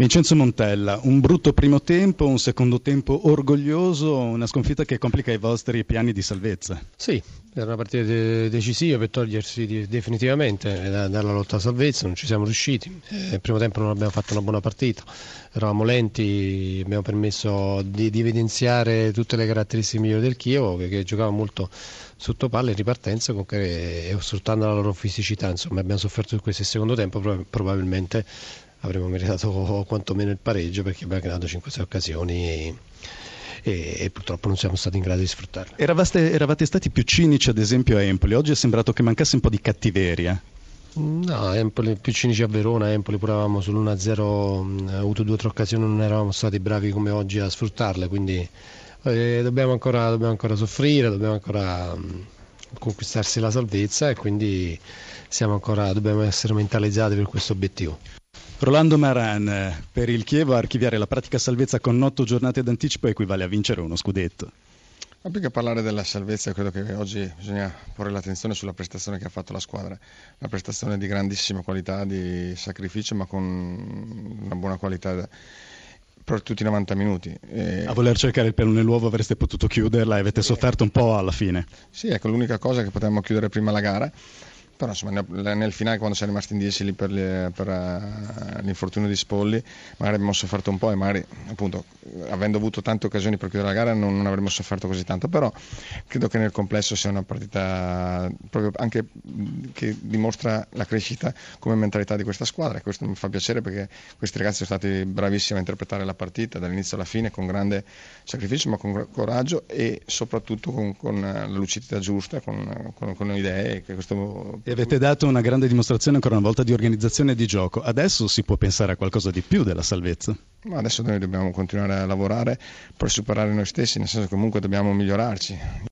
Vincenzo Montella, un brutto primo tempo, un secondo tempo orgoglioso, una sconfitta che complica i vostri piani di salvezza. Sì, era una partita decisiva per togliersi definitivamente dalla lotta a salvezza, non ci siamo riusciti. Il primo tempo non abbiamo fatto una buona partita, eravamo lenti, abbiamo permesso di evidenziare tutte le caratteristiche migliori del Chievo, che giocava molto sotto palla in ripartenza e sfruttando la loro fisicità. Insomma, abbiamo sofferto di questo il secondo tempo, probabilmente avremmo meritato quantomeno il pareggio perché abbiamo creato 5-6 occasioni e purtroppo non siamo stati in grado di sfruttarle. Eravate stati più cinici ad esempio a Empoli, oggi è sembrato che mancasse un po' di cattiveria. No, Empoli più cinici a Verona, Empoli pure avevamo sull'1-0 avuto 2 o 3 occasioni, non eravamo stati bravi come oggi a sfruttarle, quindi dobbiamo ancora soffrire, dobbiamo ancora conquistarsi la salvezza e quindi dobbiamo essere mentalizzati per questo obiettivo. Rolando Maran, per il Chievo archiviare la pratica salvezza con 8 giornate d'anticipo equivale a vincere uno scudetto. Ma più che parlare della salvezza, credo che oggi bisogna porre l'attenzione sulla prestazione che ha fatto la squadra, una prestazione di grandissima qualità, di sacrificio, ma con una buona qualità per tutti i 90 minuti. A voler cercare il pelo nell'uovo avreste potuto chiuderla e avete sofferto un po' alla fine. Sì, ecco, l'unica cosa che potevamo chiudere prima la gara. Però insomma, nel finale, quando siamo rimasti in 10 lì per l'infortunio di Spolli, magari abbiamo sofferto un po' e magari appunto avendo avuto tante occasioni per chiudere la gara non avremmo sofferto così tanto, però credo che nel complesso sia una partita proprio anche che dimostra la crescita come mentalità di questa squadra, e questo mi fa piacere perché questi ragazzi sono stati bravissimi a interpretare la partita dall'inizio alla fine con grande sacrificio ma con coraggio e soprattutto con la lucidità giusta, con idee che questo. E avete dato una grande dimostrazione ancora una volta di organizzazione e di gioco. Adesso si può pensare a qualcosa di più della salvezza? Ma adesso noi dobbiamo continuare a lavorare per superare noi stessi, nel senso che comunque dobbiamo migliorarci.